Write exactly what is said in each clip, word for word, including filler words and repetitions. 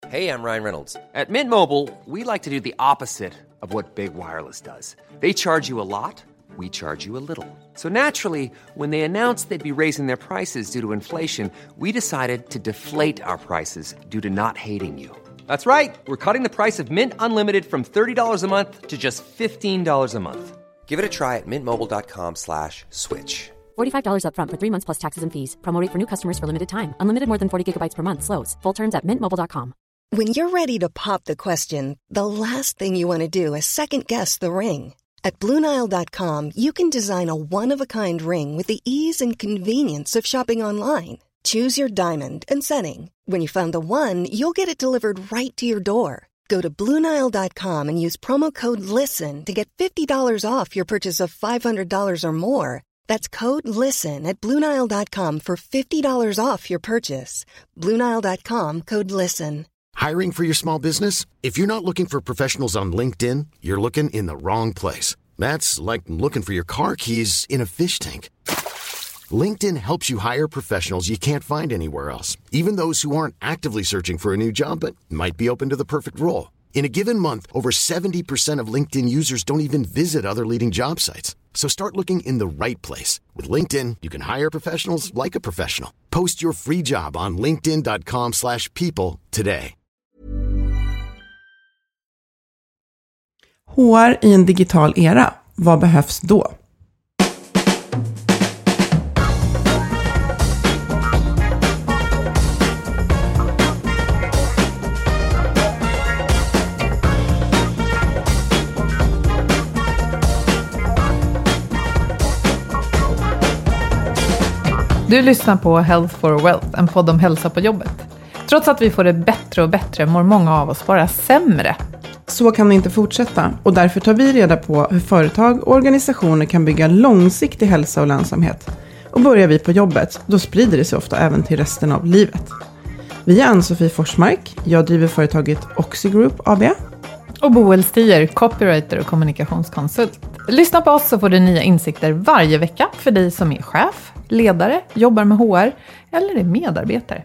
Hey, I'm Ryan Reynolds. At Mint Mobile, we like to do the opposite of what Big Wireless does. They charge you a lot, we charge you a little. So naturally, when they announced they'd be raising their prices due to inflation, we decided to deflate our prices due to not hating you. That's right. We're cutting the price of Mint Unlimited from thirty dollars a month to just fifteen dollars a month. Give it a try at mintmobile.com slash switch. forty-five dollars up front for three months plus taxes and fees. Promo rate for new customers for limited time. Unlimited more than forty gigabytes per month slows. Full terms at mint mobile dot com. When you're ready to pop the question, the last thing you want to do is second-guess the ring. At Blue Nile dot com, you can design a one-of-a-kind ring with the ease and convenience of shopping online. Choose your diamond and setting. When you find the one, you'll get it delivered right to your door. Go to Blue Nile dot com and use promo code LISTEN to get fifty dollars off your purchase of five hundred dollars or more. That's code LISTEN at Blue Nile dot com for fifty dollars off your purchase. Blue Nile dot com, code LISTEN. Hiring for your small business? If you're not looking for professionals on LinkedIn, you're looking in the wrong place. That's like looking for your car keys in a fish tank. LinkedIn helps you hire professionals you can't find anywhere else, even those who aren't actively searching for a new job but might be open to the perfect role. In a given month, over seventy percent of LinkedIn users don't even visit other leading job sites. So start looking in the right place. With LinkedIn, you can hire professionals like a professional. Post your free job on linkedin dot com slash people today. H R i en digital era. Vad behövs då? Du lyssnar på Health for Wealth, en podd om hälsa på jobbet. Trots att vi får det bättre och bättre mår många av oss bara sämre. Så kan det inte fortsätta och därför tar vi reda på hur företag och organisationer kan bygga långsiktig hälsa och lönsamhet. Och börjar vi på jobbet, då sprider det sig ofta även till resten av livet. Vi är Ann-Sofie Forsmark, jag driver företaget Oxigroup A B. Och Boel Stier, copywriter och kommunikationskonsult. Lyssna på oss så får du nya insikter varje vecka för dig som är chef, ledare, jobbar med H R eller är medarbetare.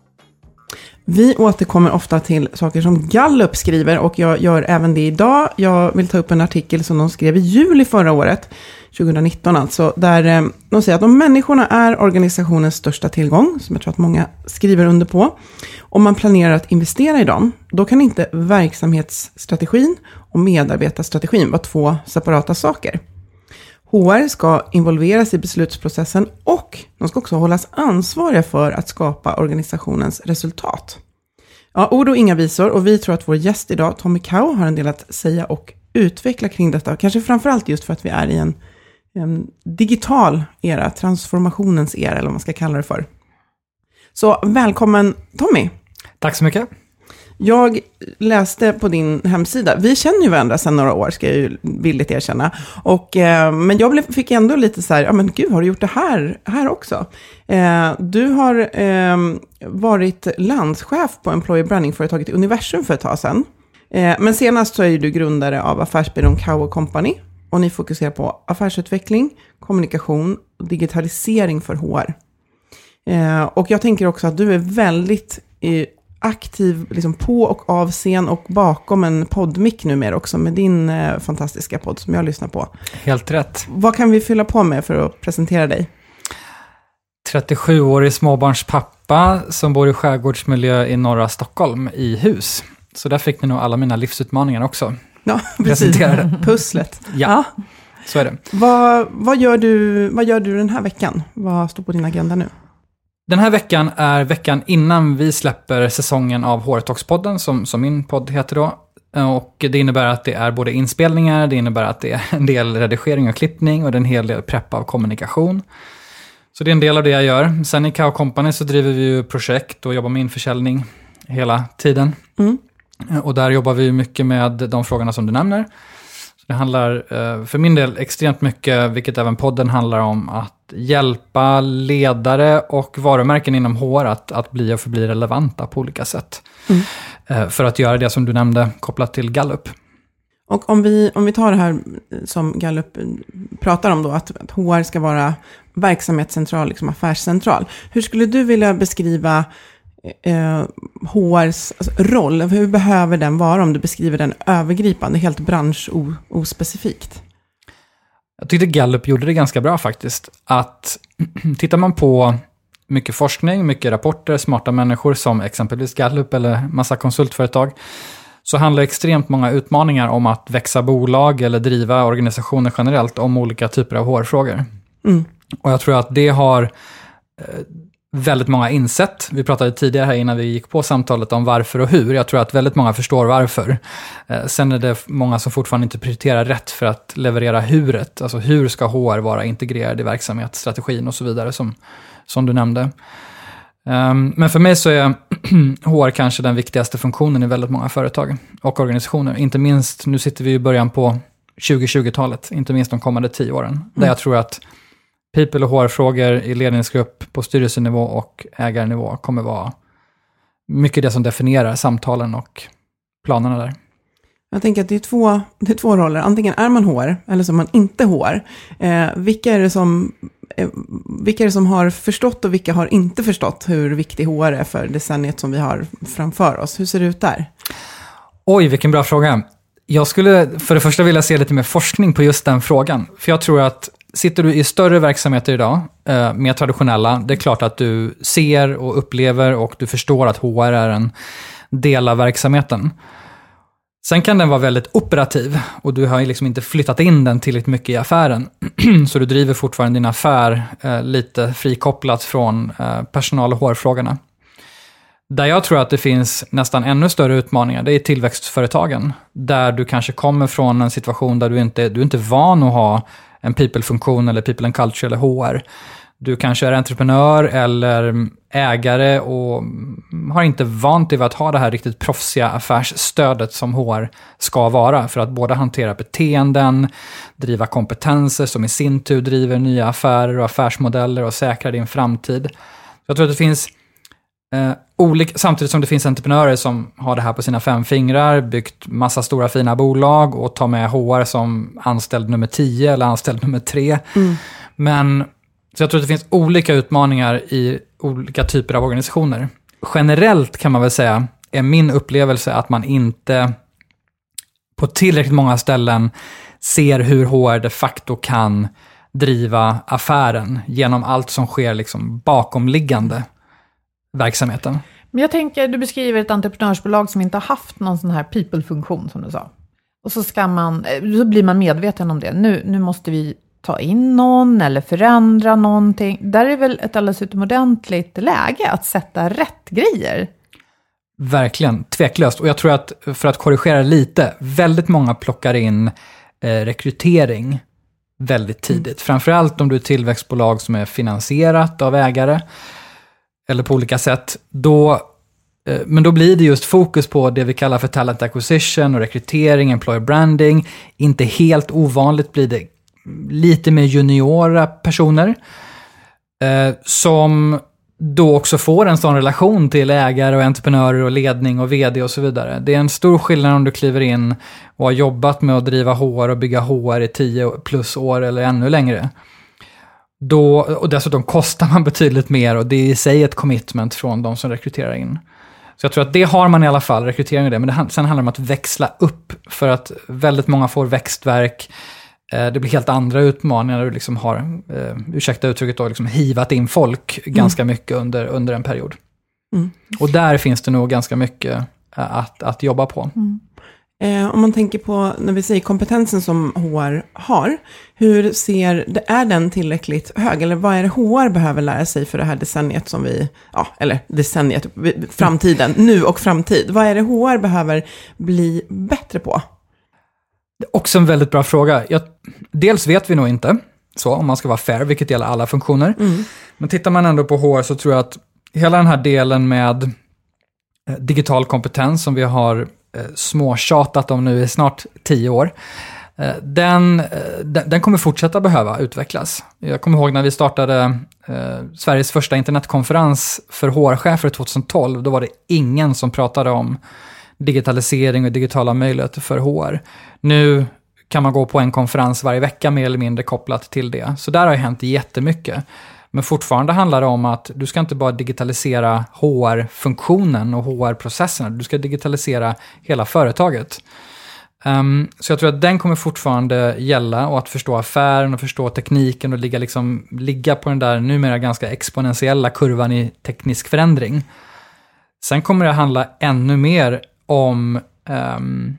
Vi återkommer ofta till saker som Gallup skriver och jag gör även det idag. Jag vill ta upp en artikel som de skrev i juli förra året, tjugonitton alltså, där de säger att om människorna är organisationens största tillgång, som jag tror att många skriver under på, om man planerar att investera i dem, då kan inte verksamhetsstrategin och medarbetarstrategin vara två separata saker. H R ska involveras i beslutsprocessen och de ska också hållas ansvariga för att skapa organisationens resultat. Ja, ord och inga visor, och vi tror att vår gäst idag, Tommy Kau, har en del att säga och utveckla kring detta. Kanske framförallt just för att vi är i en, en digital era, transformationens era eller vad man ska kalla det för. Så välkommen Tommy. Tack så mycket. Jag läste på din hemsida, vi känner ju varandra sedan några år, ska jag ju villigt erkänna. Och, eh, men jag blev, fick ändå lite så här, ja men gud, har du gjort det här, här också? Eh, du har eh, varit landschef på employer branding-företaget Universum för ett tag sedan. Eh, men senast så är ju du grundare av affärsbyrån Kau och Company. Och ni fokuserar på affärsutveckling, kommunikation och digitalisering för H R. Eh, och jag tänker också att du är väldigt eh, aktiv liksom på och av scen och bakom en poddmick numera också med din eh, fantastiska podd som jag lyssnar på. Helt rätt. Vad kan vi fylla på med för att presentera dig? trettiosjuårig småbarnspappa som bor i skärgårdsmiljö i norra Stockholm i hus. Så där fick ni nog alla mina livsutmaningar också. Ja, precis. Pusslet. Ja, ja, så är det. Vad, vad, gör du, vad gör du den här veckan? Vad står på din agenda nu? Den här veckan är veckan innan vi släpper säsongen av H R Talks-podden, som, som min podd heter då. Och det innebär att det är både inspelningar, det innebär att det är en del redigering och klippning och det är en hel del prepp av kommunikation. Så det är en del av det jag gör. Sen i Kau Company så driver vi ju projekt och jobbar med införsäljning hela tiden. Mm. Och där jobbar vi mycket med de frågorna som du nämner. Så det handlar för min del extremt mycket, vilket även podden handlar om, att hjälpa ledare och varumärken inom H R att, att bli och förbli relevanta på olika sätt. Mm. För att göra det som du nämnde kopplat till Gallup. Och om vi, om vi tar det här som Gallup pratar om då, att, att H R ska vara verksamhetscentral, liksom affärscentral. Hur skulle du vilja beskriva eh, H R:s alltså, roll? Hur behöver den vara om du beskriver den övergripande, helt branschospecifikt? Jag tyckte Gallup gjorde det ganska bra faktiskt. Att tittar man på mycket forskning, mycket rapporter, smarta människor som exempelvis Gallup eller massa konsultföretag, så handlar extremt många utmaningar om att växa bolag eller driva organisationer generellt om olika typer av H R-frågor. Mm. Och jag tror att det har eh, väldigt många insett. Vi pratade tidigare här innan vi gick på samtalet om varför och hur. Jag tror att väldigt många förstår varför. Eh, sen är det många som fortfarande inte prioriterar rätt för att leverera huret. Alltså hur ska H R vara integrerad i verksamhetsstrategin och så vidare som, som du nämnde. Um, men för mig så är H R kanske den viktigaste funktionen i väldigt många företag och organisationer. Inte minst, nu sitter vi i början på tjugohundratjugotalet, inte minst de kommande tio åren. Mm. Där jag tror att people- och H R-frågor i ledningsgrupp på styrelsenivå och ägarnivå kommer vara mycket det som definierar samtalen och planerna där. Jag tänker att det är två, det är två roller. Antingen är man H R eller så är man inte H R. Eh, vilka är det som... Vilka är det som har förstått och vilka har inte förstått hur viktig H R är för decenniet som vi har framför oss? Hur ser det ut där? Oj, vilken bra fråga. Jag skulle för det första vilja se lite mer forskning på just den frågan. För jag tror att sitter du i större verksamheter idag, eh, mer traditionella, det är klart att du ser och upplever och du förstår att H R är en del av verksamheten. Sen kan den vara väldigt operativ och du har ju liksom inte flyttat in den tillräckligt mycket i affären. Så du driver fortfarande din affär eh, lite frikopplat från eh, personal- och H R-frågorna. Där jag tror att det finns nästan ännu större utmaningar, det är tillväxtföretagen. Där du kanske kommer från en situation där du inte du är inte van att ha en people-funktion eller people and culture eller H R. Du kanske är entreprenör eller ägare och har inte vant dig vid att ha det här riktigt proffsiga affärsstödet som H R ska vara för att både hantera beteenden, driva kompetenser som i sin tur driver nya affärer och affärsmodeller och säkrar din framtid. Jag tror att det finns eh, olika, samtidigt som det finns entreprenörer som har det här på sina fem fingrar, byggt massa stora fina bolag och tar med H R som anställd nummer tio eller anställd nummer tre. Mm. Men så jag tror att det finns olika utmaningar i olika typer av organisationer. Generellt kan man väl säga är min upplevelse att man inte på tillräckligt många ställen ser hur H R de facto kan driva affären genom allt som sker liksom bakomliggande verksamheten. Men jag tänker, du beskriver ett entreprenörsbolag som inte har haft någon sån här people-funktion som du sa. Och så ska man, så blir man medveten om det. Nu, nu måste vi ta in någon eller förändra någonting. Där är väl ett alldeles utomordentligt läge att sätta rätt grejer. Verkligen, tveklöst. Och jag tror att för att korrigera lite, väldigt många plockar in eh, rekrytering väldigt tidigt. Mm. Framförallt om du är ett tillväxtbolag som är finansierat av ägare eller på olika sätt. Då, eh, men då blir det just fokus på det vi kallar för talent acquisition och rekrytering, employer branding. Inte helt ovanligt blir det lite mer juniora personer eh, som då också får en sån relation till ägare och entreprenörer och ledning och vd och så vidare. Det är en stor skillnad om du kliver in och har jobbat med att driva H R och bygga H R i tio plus år eller ännu längre. Då, och dessutom kostar man betydligt mer och det är i sig ett commitment från de som rekryterar in. Så jag tror att det har man i alla fall, rekrytering och det. Men det, sen handlar det om att växla upp för att väldigt många får växtverk. Det blir helt andra utmaningar när du liksom har, eh, ursäkta uttrycket då, liksom hivat in folk mm. ganska mycket under, under en period. Mm. Och där finns det nog ganska mycket att, att jobba på. Mm. Eh, om man tänker på, när vi säger kompetensen som H R har, hur ser, är den tillräckligt hög? Eller vad är det H R behöver lära sig för det här decenniet som vi, ja, eller decenniet, framtiden, nu och framtid. Vad är det H R behöver bli bättre på? Det är också en väldigt bra fråga. Jag, dels vet vi nog inte, så om man ska vara fair, vilket gäller alla funktioner. Mm. Men tittar man ändå på H R så tror jag att hela den här delen med eh, digital kompetens som vi har eh, småtjatat om nu i snart tio år, eh, den, eh, den, den kommer fortsätta behöva utvecklas. Jag kommer ihåg när vi startade eh, Sveriges första internetkonferens för H R-chefer tjugohundratolv, då var det ingen som pratade om digitalisering och digitala möjligheter för H R. Nu kan man gå på en konferens varje vecka mer eller mindre kopplat till det. Så där har ju hänt jättemycket. Men fortfarande handlar det om att du ska inte bara digitalisera H R-funktionen och H R-processerna. Du ska digitalisera hela företaget. Um, så jag tror att den kommer fortfarande gälla, och att förstå affären och förstå tekniken och ligga, liksom, ligga på den där numera ganska exponentiella kurvan i teknisk förändring. Sen kommer det handla ännu mer om um,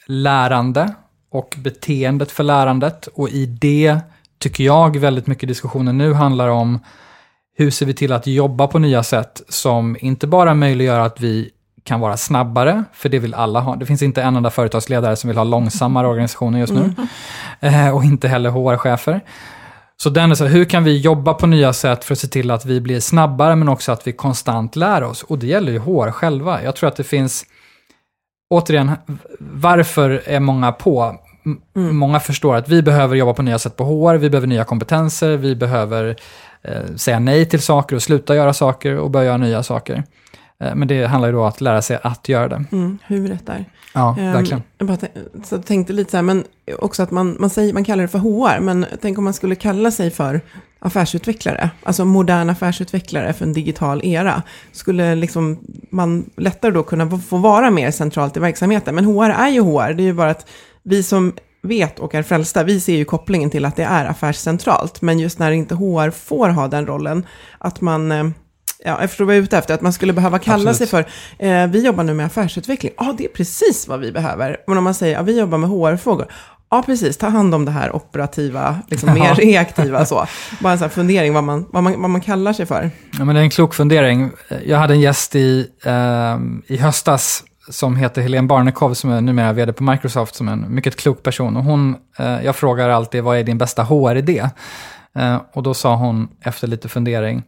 lärande och beteendet för lärandet, och i det tycker jag väldigt mycket diskussionen nu handlar om hur ser vi till att jobba på nya sätt som inte bara möjliggör att vi kan vara snabbare, för det vill alla ha. Det finns inte en enda företagsledare som vill ha långsammare organisationer just nu. Mm. Eh, och inte heller H R-chefer. Så den är så, hur kan vi jobba på nya sätt för att se till att vi blir snabbare, men också att vi konstant lär oss. Och det gäller ju H R själva. Jag tror att det finns, återigen, varför är många på? Mm. Många förstår att vi behöver jobba på nya sätt på H R, vi behöver nya kompetenser, vi behöver eh, säga nej till saker och sluta göra saker och börja göra nya saker. Men det handlar ju då om att lära sig att göra det. Mm, huvudet där. Ja, um, verkligen. Jag bara t- så tänkte lite så här, men också att man, man, säger, man kallar det för H R, men tänk om man skulle kalla sig för affärsutvecklare, alltså modern affärsutvecklare för en digital era. Skulle liksom man lättare då kunna få vara mer centralt i verksamheten. Men H R är ju H R, det är ju bara att vi som vet och är frälsta, vi ser ju kopplingen till att det är affärscentralt. Men just när inte H R får ha den rollen, att man... Ja, jag förstår vad jag är ute efter, att man skulle behöva kalla Absolut. sig för, eh, vi jobbar nu med affärsutveckling. Ja, ah, det är precis vad vi behöver. Men om man säger, ja, ah, vi jobbar med H R-frågor. Ja, ah, precis, ta hand om det här operativa, liksom mer reaktiva så. Bara en sån här fundering vad man, vad, man, vad man kallar sig för. Ja, men det är en klok fundering. Jag hade en gäst i, eh, i höstas som heter Helene Barnekow, som är numera vd på Microsoft, som är en mycket klok person. Och hon, eh, jag frågar alltid, vad är din bästa H R-idé? Eh, och då sa hon efter lite fundering,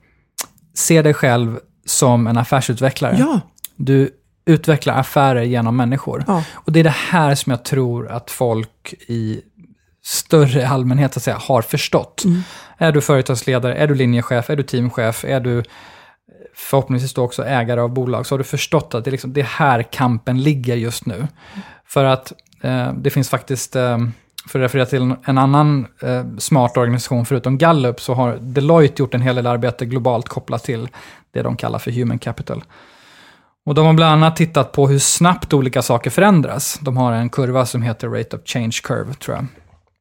se dig själv som en affärsutvecklare. Ja. Du utvecklar affärer genom människor. Ja. Och det är det här som jag tror att folk i större allmänhet att säga, har förstått. Mm. Är du företagsledare, är du linjechef, är du teamchef, är du förhoppningsvis då också ägare av bolag, så har du förstått att det är liksom det här kampen ligger just nu. Mm. För att eh, det finns faktiskt... Eh, för att referera till en annan eh, smart organisation förutom Gallup, så har Deloitte gjort en hel del arbete globalt kopplat till det de kallar för human capital. Och de har bland annat tittat på hur snabbt olika saker förändras. De har en kurva som heter Rate of Change Curve, tror jag.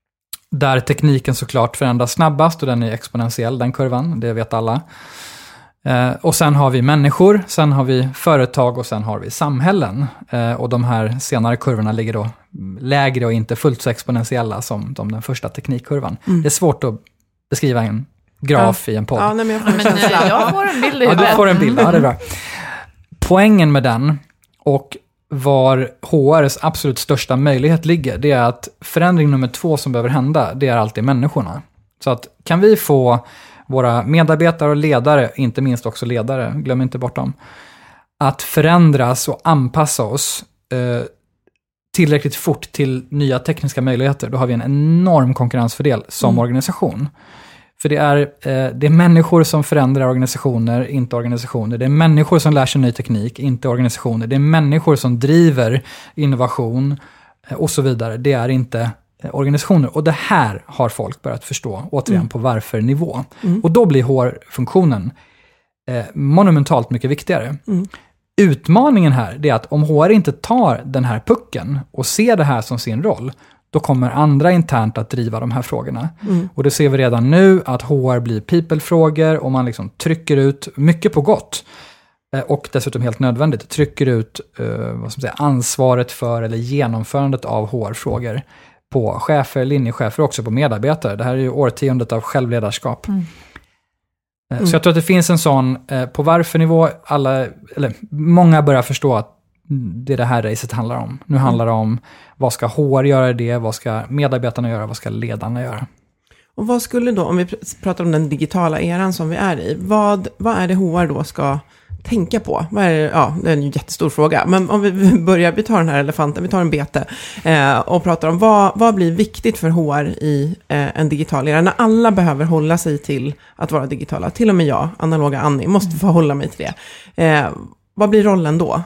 Där tekniken såklart förändras snabbast, och den är exponentiell, den kurvan, det vet alla. Eh, och sen har vi människor, sen har vi företag och sen har vi samhällen. Eh, och de här senare kurvorna ligger då lägre och inte fullt så exponentiella som de, den första teknikkurvan. Mm. Det är svårt att beskriva en graf ja. i en podd. Ja, nej, men jag får en men, känsla. Jag får en bild i ja, huvudet. du får en bild, ja, det är bra. Poängen med den och var H R:s absolut största möjlighet ligger, det är att förändring nummer två som behöver hända, det är alltid människorna. Så att kan vi få våra medarbetare och ledare, inte minst också ledare, glöm inte bort dem, att förändras och anpassa oss eh, tillräckligt fort till nya tekniska möjligheter, då har vi en enorm konkurrensfördel som mm. organisation. För det är, eh, det är människor som förändrar organisationer, inte organisationer. Det är människor som lär sig ny teknik, inte organisationer. Det är människor som driver innovation eh, och så vidare. Det är inte eh, organisationer. Och det här har folk börjat förstå, återigen, mm. på varför-nivå. Mm. Och då blir H R-funktionen eh, monumentalt mycket viktigare. Mm. Utmaningen här är att om H R inte tar den här pucken och ser det här som sin roll, då kommer andra internt att driva de här frågorna. Mm. Och det ser vi redan nu att H R blir people-frågor och man liksom trycker ut mycket på gott. Och dessutom helt nödvändigt trycker ut eh, vad ska man säga, ansvaret för eller genomförandet av H R-frågor på chefer, linjechefer och också på medarbetare. Det här är ju årtiondet av självledarskap. Mm. Mm. Så jag tror att det finns en sån, eh, på varför-nivå, alla, eller många börjar förstå att det är det här racet handlar om. Nu handlar det om vad ska H R göra i det, vad ska medarbetarna göra, vad ska ledarna göra. Och vad skulle då, om vi pratar om den digitala eran som vi är i, vad, vad är det H R då ska tänka på? Vad är det? Ja, det är en jättestor fråga. Men om vi börjar, vi tar den här elefanten, vi tar en bete eh, och pratar om vad, vad blir viktigt för H R i eh, en digital era? När alla behöver hålla sig till att vara digitala. Till och med jag, analoga Annie, måste få hålla mig till det. Eh, vad blir rollen då?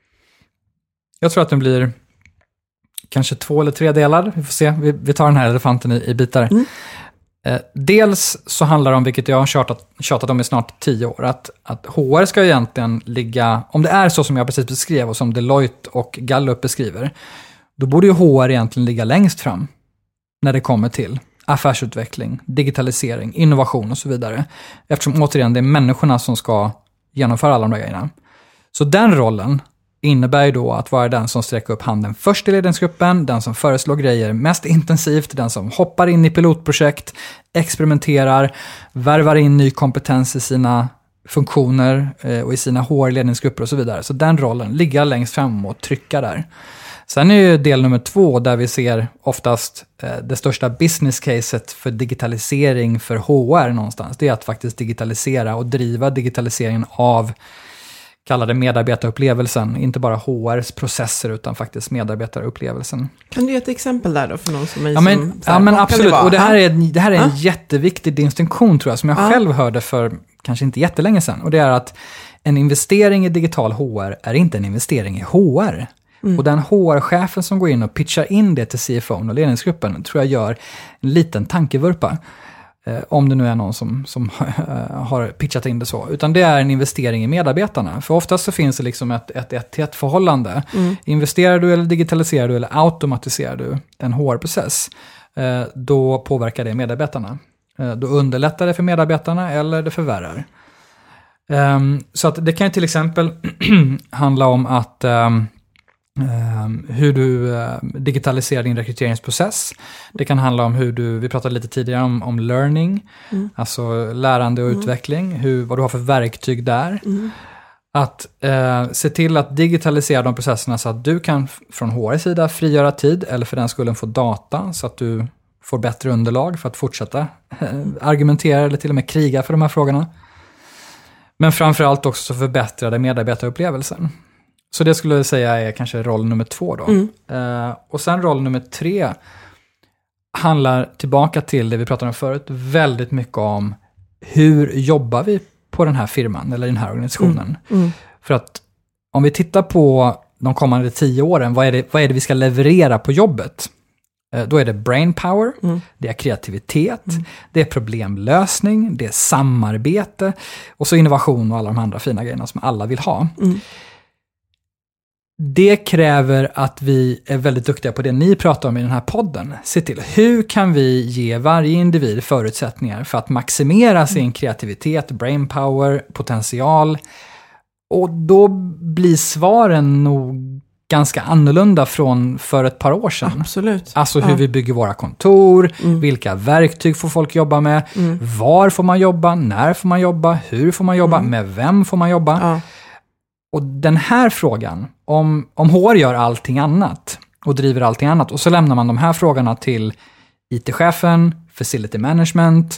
Jag tror att den blir kanske två eller tre delar. Vi får se. Vi, vi tar den här elefanten i, i bitar. Mm. Eh, dels så handlar det om, vilket jag har tjatat, tjatat om i snart tio år, att, att H R ska egentligen ligga, om det är så som jag precis beskrev och som Deloitte och Gallup beskriver, då borde ju H R egentligen ligga längst fram när det kommer till affärsutveckling, digitalisering, innovation och så vidare. Eftersom återigen det är människorna som ska genomföra alla de där grejerna. Så den rollen innebär ju då att vara den som sträcker upp handen först i ledningsgruppen, den som föreslår grejer mest intensivt, den som hoppar in i pilotprojekt, experimenterar, värvar in ny kompetens i sina funktioner och i sina H R-ledningsgrupper och så vidare. Så den rollen ligger längst fram och trycka där. Sen är ju del nummer två där vi ser oftast eh, det största business caset för digitalisering för H R någonstans. Det är att faktiskt digitalisera och driva digitaliseringen av, kallade medarbetarupplevelsen. Inte bara H R:s processer utan faktiskt medarbetarupplevelsen. Kan du ge ett exempel där då för någon som är ja, men, som... Här, ja men absolut, det och det här är, det här är en ah? jätteviktig distinktion tror jag, som jag ah? själv hörde för kanske inte jättelänge sedan. Och det är att en investering i digital H R är inte en investering i H R. Mm. Och den H R-chefen som går in och pitchar in det till C F O och ledningsgruppen tror jag gör en liten tankevurpa. Eh, om det nu är någon som, som har pitchat in det så. Utan det är en investering i medarbetarna. För oftast så finns det liksom ett ett, ett, ett förhållande. Mm. Investerar du eller digitaliserar du eller automatiserar du en H R-process, eh, då påverkar det medarbetarna. Eh, då underlättar det för medarbetarna eller det förvärrar. Um, så att det kan ju till exempel handla om att um, um, hur du uh, digitaliserar din rekryteringsprocess. Det kan handla om hur du, vi pratade lite tidigare om, om learning, mm. alltså lärande och mm. utveckling, hur, vad du har för verktyg där. Mm. Att uh, se till att digitalisera de processerna så att du kan från H R:s sida frigöra tid eller för den skullen få data så att du får bättre underlag för att fortsätta uh, argumentera eller till och med kriga för de här frågorna. Men framförallt också förbättrade medarbetarupplevelsen. Så det skulle jag säga är kanske roll nummer två då. Mm. Uh, och sen roll nummer tre handlar tillbaka till det vi pratade om förut. Väldigt mycket om hur jobbar vi på den här firman eller den här organisationen. Mm. Mm. För att om vi tittar på de kommande tio åren, vad är det, vad är det vi ska leverera på jobbet? Då är det brain power, mm. det är kreativitet, mm. det är problemlösning, det är samarbete och så innovation och alla de andra fina grejerna som alla vill ha. Mm. Det kräver att vi är väldigt duktiga på det ni pratar om i den här podden. Se till, hur kan vi ge varje individ förutsättningar för att maximera sin mm. kreativitet, brain power, potential. Och då blir svaren nog ganska annorlunda från för ett par år sedan. Absolut. Alltså hur ja. vi bygger våra kontor, mm. vilka verktyg får folk jobba med, mm. var får man jobba, när får man jobba, hur får man jobba, mm. med vem får man jobba. Ja. Och den här frågan, om, om H R gör allting annat och driver allting annat och så lämnar man de här frågorna till I T-chefen, facility management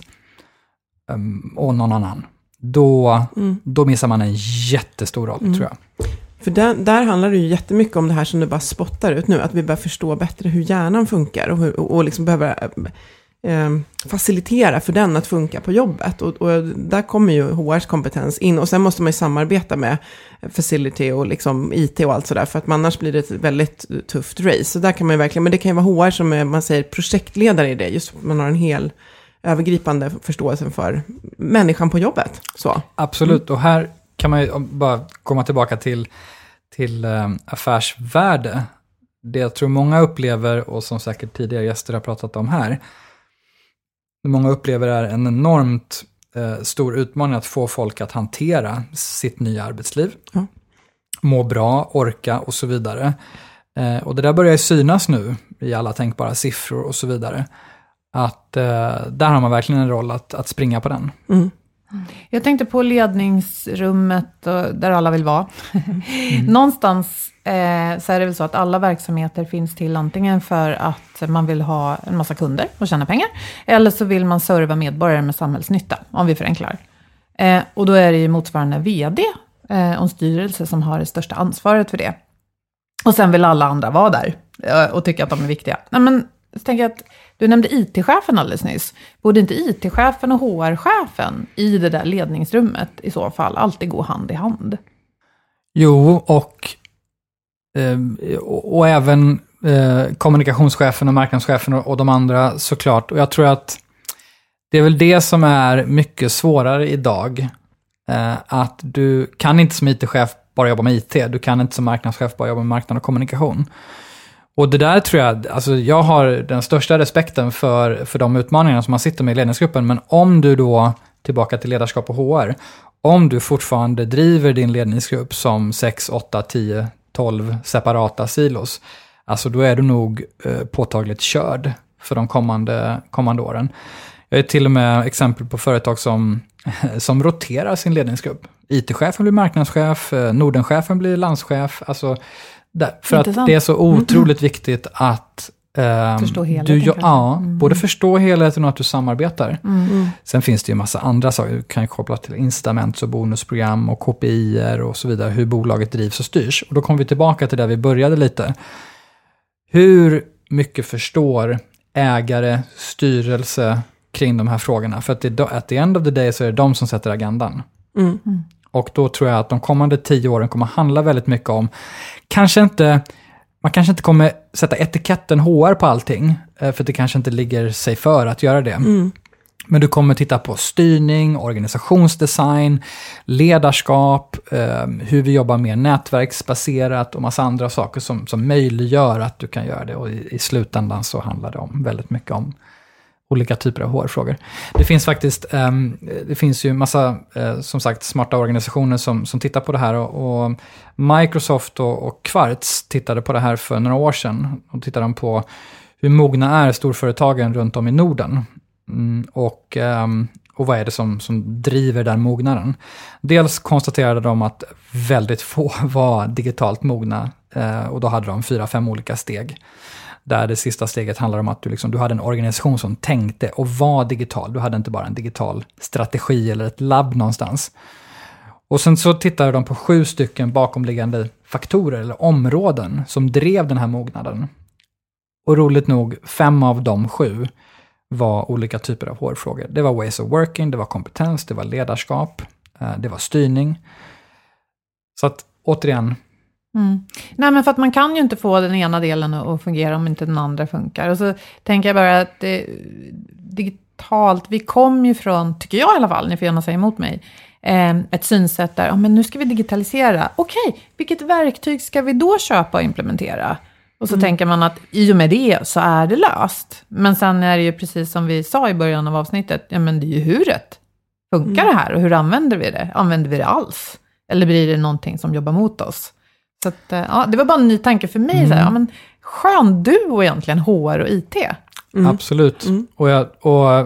um, och någon annan, då, mm. då missar man en jättestor roll, mm. tror jag. För där, där handlar det ju jättemycket om det här som du bara spottar ut nu. Att vi börjar förstå bättre hur hjärnan funkar. Och, hur, och liksom behöver eh, facilitera för den att funka på jobbet. Och, och där kommer ju H R:s kompetens in. Och sen måste man ju samarbeta med facility och liksom I T och allt sådär. För att annars blir det ett väldigt tufft race. Så där kan man ju verkligen, men det kan ju vara H R som är, man säger, projektledare i det. Just man har en hel övergripande förståelse för människan på jobbet. Så. Absolut, mm. och här kan man ju bara komma tillbaka till, till um, affärsvärde. Det jag tror många upplever, och som säkert tidigare gäster har pratat om här, det många upplever är en enormt uh, stor utmaning att få folk att hantera sitt nya arbetsliv. Mm. Må bra, orka och så vidare. Uh, och det där börjar synas nu i alla tänkbara siffror och så vidare. Att uh, där har man verkligen en roll att, att springa på den. Mm. Jag tänkte på ledningsrummet där alla vill vara. Mm. Någonstans eh, så är det väl så att alla verksamheter finns till antingen för att man vill ha en massa kunder och tjäna pengar. Eller så vill man serva medborgare med samhällsnytta, om vi förenklar. Eh, och då är det ju motsvarande vd eh, och en styrelse som har det största ansvaret för det. Och sen vill alla andra vara där eh, och tycka att de är viktiga. Nej, men jag tänker att du nämnde I T-chefen alldeles nyss. Borde inte I T-chefen och H R-chefen i det där ledningsrummet i så fall alltid gå hand i hand? Jo, och, eh, och, och även eh, kommunikationschefen och marknadschefen och, och de andra såklart. Och jag tror att det är väl det som är mycket svårare idag. Eh, att du kan inte som I T-chef bara jobba med I T. Du kan inte som marknadschef bara jobba med marknad och kommunikation. Och det där tror jag, alltså jag har den största respekten för, för de utmaningarna som man sitter med i ledningsgruppen. Men om du då, tillbaka till ledarskap och H R, om du fortfarande driver din ledningsgrupp som sex, åtta, tio, tolv separata silos, alltså då är du nog eh, påtagligt körd för de kommande, kommande åren. Jag är till och med exempel på företag som, som roterar sin ledningsgrupp. I T-chefen blir marknadschef, Nordenchefen blir landschef. Alltså, där, för Intressant. Att det är så otroligt mm. viktigt att um, förstå helheten. Du, ja, mm. både förstå helheten och att du samarbetar. Mm. Sen finns det ju en massa andra saker. Du kan ju koppla till incitament och bonusprogram och K P I-er och så vidare. Hur bolaget drivs och styrs. Och då kommer vi tillbaka till där vi började lite. Hur mycket förstår ägare, styrelse kring de här frågorna? För att det, at the end of the day så är det de som sätter agendan. Mm. Mm. Och då tror jag att de kommande tio åren kommer handla väldigt mycket om, kanske inte, man kanske inte kommer sätta etiketten H R på allting, för det kanske inte ligger sig för att göra det. Mm. Men du kommer titta på styrning, organisationsdesign, ledarskap, eh, hur vi jobbar mer nätverksbaserat och massa andra saker som, som möjliggör att du kan göra det. Och i, i slutändan så handlar det om väldigt mycket om olika typer av H R-frågor. Det finns faktiskt, um, det finns ju massa, uh, som sagt, smarta organisationer som, som tittar på det här. Och, och Microsoft och, och Quartz tittade på det här för några år sedan. Och tittade på hur mogna är storföretagen runt om i Norden. Mm, och, um, och vad är det som, som driver den mognaden? Dels konstaterade de att väldigt få var digitalt mogna. Uh, och då hade de fyra, fem olika steg. Där det sista steget handlar om att du, liksom, du hade en organisation som tänkte och var digital. Du hade inte bara en digital strategi eller ett labb någonstans. Och sen så tittade de på sju stycken bakomliggande faktorer eller områden som drev den här mognaden. Och roligt nog, fem av de sju var olika typer av H R-frågor. Det var ways of working, det var kompetens, det var ledarskap, det var styrning. Så att återigen... Mm. Nej, men för att man kan ju inte få den ena delen att fungera om inte den andra funkar. Och så tänker jag bara att det, digitalt, vi kom ju från, tycker jag i alla fall, ni får gärna säga emot mig, eh, ett synsätt där, ja, men nu ska vi digitalisera. Okej, vilket verktyg ska vi då köpa och implementera? Och så mm. tänker man att i och med det så är det löst. Men sen är det ju precis som vi sa i början av avsnittet, ja men det är ju huret. Funkar mm. det här och hur använder vi det? Använder vi det alls? Eller blir det någonting som jobbar mot oss? Så att, ja, det var bara en ny tanke för mig. Mm. Så här, ja, men skön duo egentligen, H R och I T. Mm. Absolut. Mm. Och, jag, och,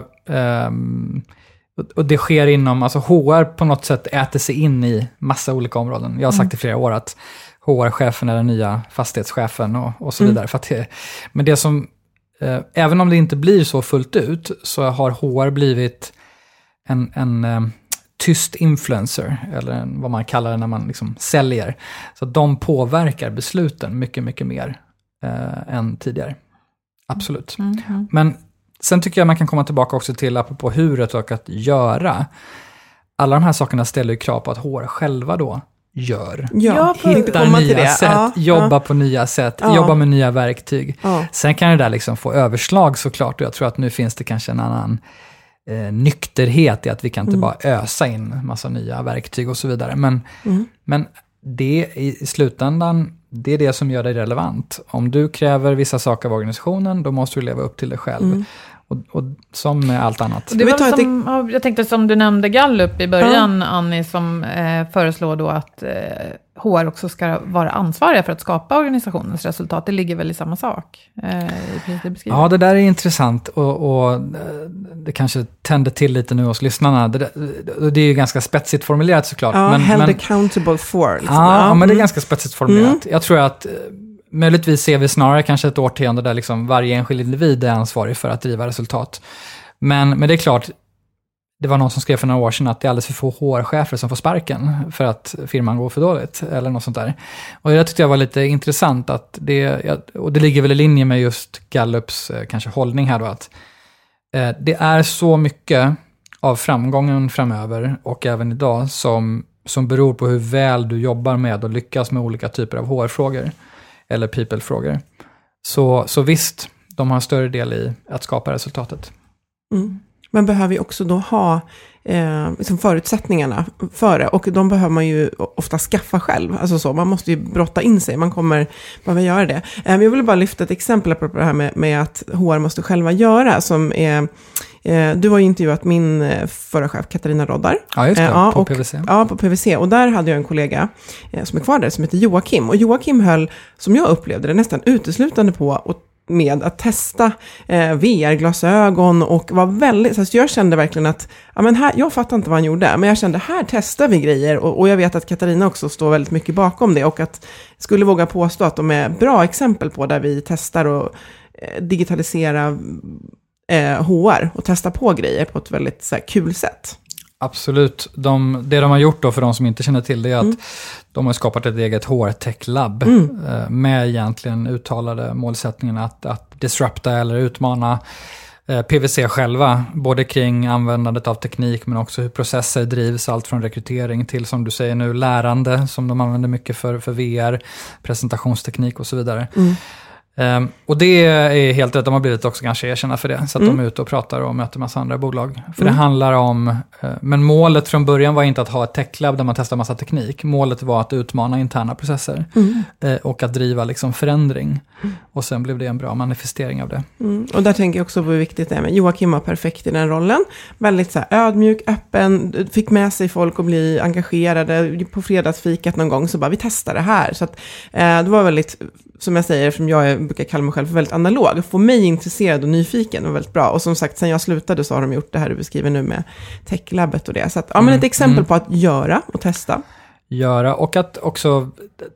um, och det sker inom, alltså H R på något sätt äter sig in i massa olika områden. Jag har sagt mm. i flera år att H R-chefen är den nya fastighetschefen och, och så vidare. Mm. För att det, men det som, eh, även om det inte blir så fullt ut, så har H R blivit en... en eh, tyst influencer, eller en, vad man kallar det när man liksom säljer. Så de påverkar besluten mycket, mycket mer eh, än tidigare. Absolut. Mm, mm. Men sen tycker jag man kan komma tillbaka också till, apropå huret och att göra. Alla de här sakerna ställer ju krav på att H R själva då gör. Ja, hittar nya det. sätt, ja, jobba ja. på nya sätt, ja. jobba med nya verktyg. Ja. Sen kan det där liksom få överslag såklart, och jag tror att nu finns det kanske en annan Eh, nykterhet i att vi kan inte mm. bara ösa in massa nya verktyg och så vidare. Men, mm. men det i slutändan, det är det som gör dig relevant. Om du kräver vissa saker av organisationen, då måste du leva upp till det själv. Mm. Och, och som med allt annat. Det var som, jag tänkte som du nämnde Gallup i början, ja. Annie, som eh, föreslår då att eh, H R också ska vara ansvariga för att skapa organisationens resultat. Det ligger väl i samma sak? Eh, i ja, det där är intressant och, och det kanske tänder till lite nu hos lyssnarna. Det, det är ju ganska spetsigt formulerat såklart. Ja, men, held men, accountable for. Liksom. Ja, ja, men det är ganska spetsigt formulerat. Mm. Jag tror att möjligtvis ser vi snarare kanske ett årtionde där liksom varje enskild individ är ansvarig för att driva resultat. Men, men det är klart, det var någon som skrev för några år sedan att det är alldeles för få H R-chefer som får sparken för att firman går för dåligt eller något sånt där. Och jag tyckte det var lite intressant att det, och det ligger väl i linje med just Gallups kanske hållning här då, att eh, det är så mycket av framgången framöver och även idag som, som beror på hur väl du jobbar med och lyckas med olika typer av H R-frågor eller people-frågor. Så, så visst, de har större del i att skapa resultatet. Mm. Man behöver ju också då ha eh, liksom förutsättningarna för det. Och de behöver man ju ofta skaffa själv. Alltså så, man måste ju brotta in sig. Man kommer behöva göra det. Eh, jag vill bara lyfta ett exempel på det här med, med att H R måste själva göra. Som är, eh, du har ju intervjuat min förra chef Katarina Roddar. Ja, just det. Eh, på och, P V C. Ja, på P V C. Och där hade jag en kollega eh, som är kvar där som heter Joakim. Och Joakim höll, som jag upplevde det, nästan uteslutande på att med att testa eh, V R-glasögon och var väldigt, så jag kände verkligen att ja, men här, jag fattar inte vad han gjorde, men jag kände här testar vi grejer och, och jag vet att Katarina också står väldigt mycket bakom det och att skulle våga påstå att de är bra exempel på där vi testar och eh, digitalisera eh, H R och testa på grejer på ett väldigt så här, kul sätt. Absolut. De, det de har gjort då för de som inte känner till det är att mm. de har skapat ett eget H R-tech-labb mm. med egentligen uttalade målsättningen att, att disrupta eller utmana eh, P V C själva. Både kring användandet av teknik men också hur processer drivs. Allt från rekrytering till, som du säger nu, lärande som de använder mycket för, för V R, presentationsteknik och så vidare. Mm. Um, och det är helt rätt, de har blivit också kanske erkänna för det. Så att mm. de är ute och pratar och möter massa andra bolag. För mm. det handlar om, uh, men målet från början var inte att ha ett techlab där man testar massa teknik. Målet var att utmana interna processer mm. uh, och att driva liksom förändring. Mm. Och sen blev det en bra manifestering av det. Mm. Och där tänker jag också på hur viktigt det är med. Joakim var perfekt i den rollen. Väldigt så här, ödmjuk, öppen, fick med sig folk att bli engagerade. På fredagsfikat någon gång så bara, vi testar det här. Så att uh, det var väldigt, som jag säger, som jag är brukar kalla mig själv för väldigt analog. Få mig intresserad och nyfiken var väldigt bra. Och som sagt, sen jag slutade så har de gjort det här du beskriver nu med techlabbet och det. Så att, ja, men ett exempel mm. på att göra och testa. Göra och att också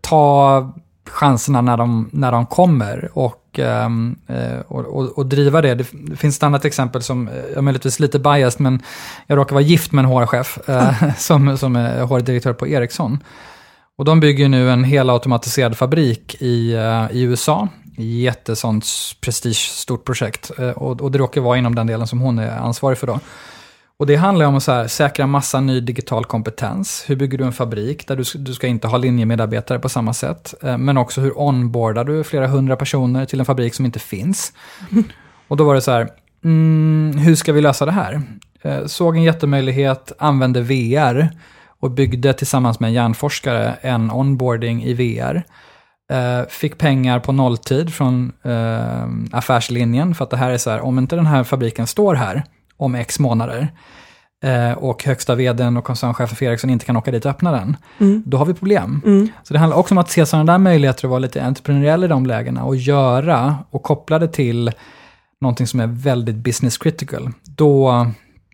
ta chanserna när de, när de kommer och, um, och, och, och driva det. Det finns ett annat exempel som är möjligtvis lite biased, men jag råkar vara gift med en H R-chef mm. uh, som, som är H R-direktör på Ericsson. Och de bygger nu en helautomatiserad fabrik i, uh, i U S A. Jättesånt prestigestort projekt. Uh, och, och det råkar vara inom den delen som hon är ansvarig för då. Och det handlar om att så här, säkra massa ny digital kompetens. Hur bygger du en fabrik där du, du ska inte ha linjemedarbetare på samma sätt. Uh, men också hur onboardar du flera hundra personer till en fabrik som inte finns. Mm. Och då var det så här, mm, hur ska vi lösa det här? Uh, såg en jättemöjlighet, använde V R och byggde tillsammans med en hjärnforskare en onboarding i V R. Uh, fick pengar på nolltid från uh, affärslinjen för att det här är så här, om inte den här fabriken står här om x månader uh, och högsta vdn och koncernchefen för Ericsson inte kan åka dit och öppna den, mm. då har vi problem. Mm. Så det handlar också om att se sådana där möjligheter att vara lite entreprenöriell i de lägena och göra och koppla det till någonting som är väldigt business critical. Då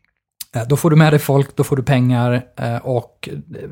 Då får du med dig folk, då får du pengar och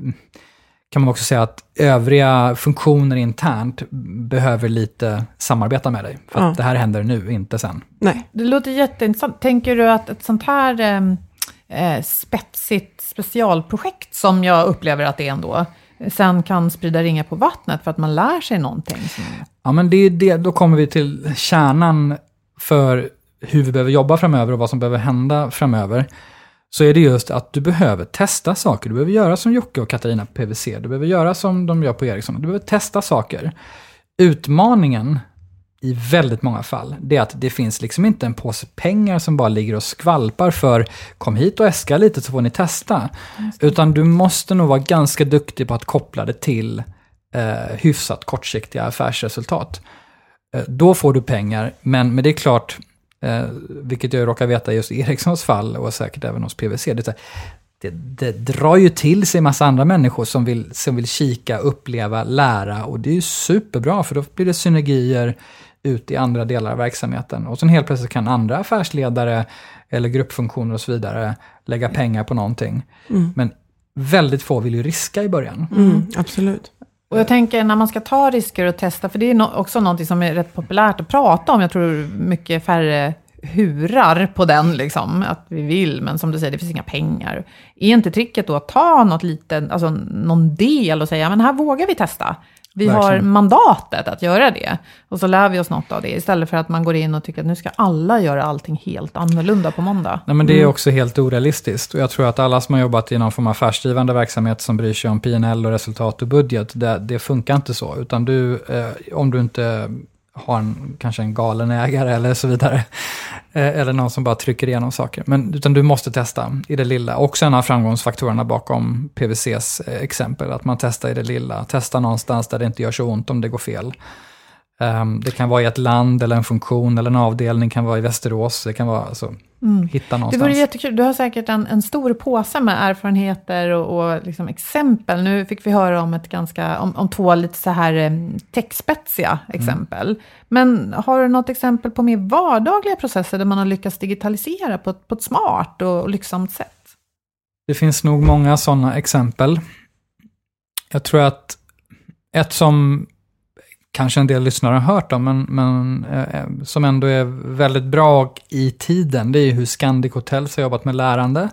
kan man också säga att övriga funktioner internt behöver lite samarbeta med dig. För ja. att det här händer nu, inte sen. Nej. Det låter jätteintressant. Tänker du att ett sånt här eh, spetsigt specialprojekt som jag upplever att det är ändå, sen kan sprida ringar på vattnet för att man lär sig någonting? Som... Ja, men det är det, då kommer vi till kärnan för hur vi behöver jobba framöver och vad som behöver hända framöver. Så är det just att du behöver testa saker. Du behöver göra som Jocke och Katarina på P V C. Du behöver göra som de gör på Ericsson. Du behöver testa saker. Utmaningen i väldigt många fall, det är att det finns liksom inte en påse pengar som bara ligger och skvalpar för kom hit och äska lite så får ni testa. Utan du måste nog vara ganska duktig på att koppla det till eh, hyfsat kortsiktiga affärsresultat. Eh, då får du pengar, men, men det är klart... Eh, vilket jag råkar veta just i Ericssons fall och säkert även hos P V C. Det, det, det drar ju till sig en massa andra människor som vill, som vill kika, uppleva, lära och det är ju superbra för då blir det synergier ut i andra delar av verksamheten. Och sen helt plötsligt kan andra affärsledare eller gruppfunktioner och så vidare lägga pengar på någonting. Mm. Men väldigt få vill ju riska i början. Mm, absolut. Och jag tänker när man ska ta risker och testa, för det är no- också något som är rätt populärt att prata om. Jag tror mycket färre hurar på den liksom, att vi vill, men som du säger, det finns inga pengar. Är inte tricket då att ta något litet, alltså någon del och säga, men här vågar vi testa. Vi Verkligen. har mandatet att göra det. Och så lär vi oss något av det. Istället för att man går in och tycker att nu ska alla göra allting helt annorlunda på måndag. Nej, men det är också helt orealistiskt. Och jag tror att alla som har jobbat i någon form av affärsdrivande verksamhet som bryr sig om P och L och resultat och budget, det, det funkar inte så. Utan du, eh, om du inte har en, kanske en galen ägare eller så vidare, Eller någon som bara trycker igenom saker. Men, utan du måste testa i det lilla. Och en av framgångsfaktorerna bakom P V C:s exempel. Att man testar i det lilla. Testa någonstans där det inte gör så ont om det går fel. Um, det kan vara i ett land eller en funktion eller en avdelning. Kan vara i Västerås. Det kan vara alltså, mm. hitta någonstans. Det vore jättekul. Du har säkert en, en stor påse med erfarenheter och, och liksom exempel. Nu fick vi höra om ett ganska om, om två lite så här techspetsiga exempel. Mm. Men har du något exempel på mer vardagliga processer där man har lyckats digitalisera på ett, på ett smart och, och lycksamt sätt? Det finns nog många sådana exempel. Jag tror att ett som kanske en del lyssnare har hört om, men, men eh, som ändå är väldigt bra i tiden, det är ju hur Scandic Hotels har jobbat med lärande.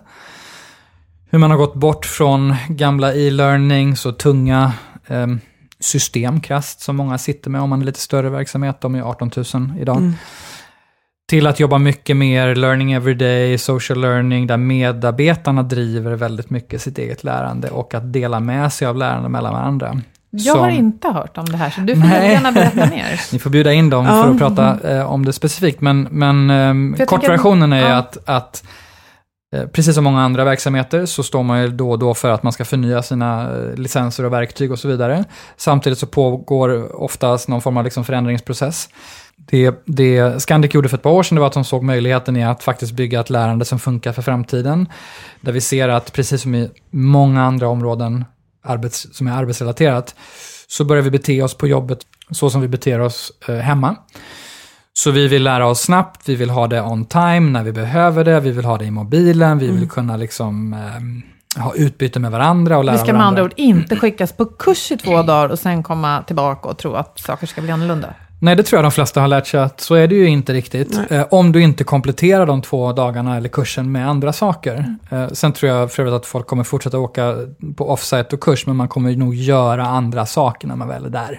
Hur man har gått bort från gamla e-learnings och tunga eh, system, krasst, som många sitter med om man är lite större verksamhet, de är arton tusen idag. Mm. Till att jobba mycket mer learning every day, social learning, där medarbetarna driver väldigt mycket sitt eget lärande och att dela med sig av lärande mellan varandra. Jag har som... inte hört om det här, så du får gärna berätta mer. Ni får bjuda in dem ja. för att prata eh, om det specifikt. Men, men eh, kortversionen är ja. att, att eh, precis som många andra verksamheter så står man ju då och då för att man ska förnya sina eh, licenser och verktyg och så vidare. Samtidigt så pågår oftast någon form av liksom förändringsprocess. Det, det Scandic gjorde för ett par år sedan, det var att de såg möjligheten i att faktiskt bygga ett lärande som funkar för framtiden. Där vi ser att precis som i många andra områden arbets, som är arbetsrelaterat, så börjar vi bete oss på jobbet så som vi beter oss eh, hemma. Så vi vill lära oss snabbt, vi vill ha det on time när vi behöver det, vi vill ha det i mobilen, vi vill mm. kunna liksom eh, ha utbyte med varandra och lära varandra. Vi ska med andra ord inte skickas på kurs i två dagar och sen komma tillbaka och tro att saker ska bli annorlunda. Nej, det tror jag de flesta har lärt sig att så är det ju inte riktigt. Eh, om du inte kompletterar de två dagarna eller kursen med andra saker. Mm. Eh, sen tror jag för övrigt att folk kommer fortsätta åka på offsite och kurs, men man kommer nog göra andra saker när man väl är där.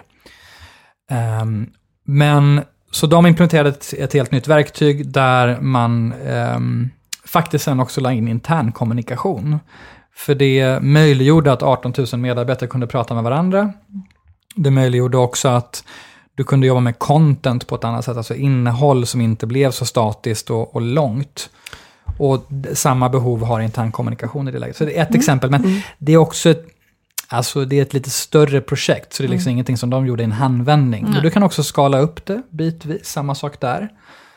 Eh, men så de implementerade ett, ett helt nytt verktyg där man eh, faktiskt sen också la in intern kommunikation. För det möjliggjorde att arton tusen medarbetare kunde prata med varandra. Det möjliggjorde också att du kunde jobba med content på ett annat sätt, alltså innehåll som inte blev så statiskt och, och långt. Och samma behov har intern kommunikation i det läget. Så det är ett mm. exempel, men mm. det är också ett, alltså det är ett lite större projekt, så det är liksom mm. ingenting som de gjorde i en handvändning. Mm. Men du kan också skala upp det bitvis, samma sak där.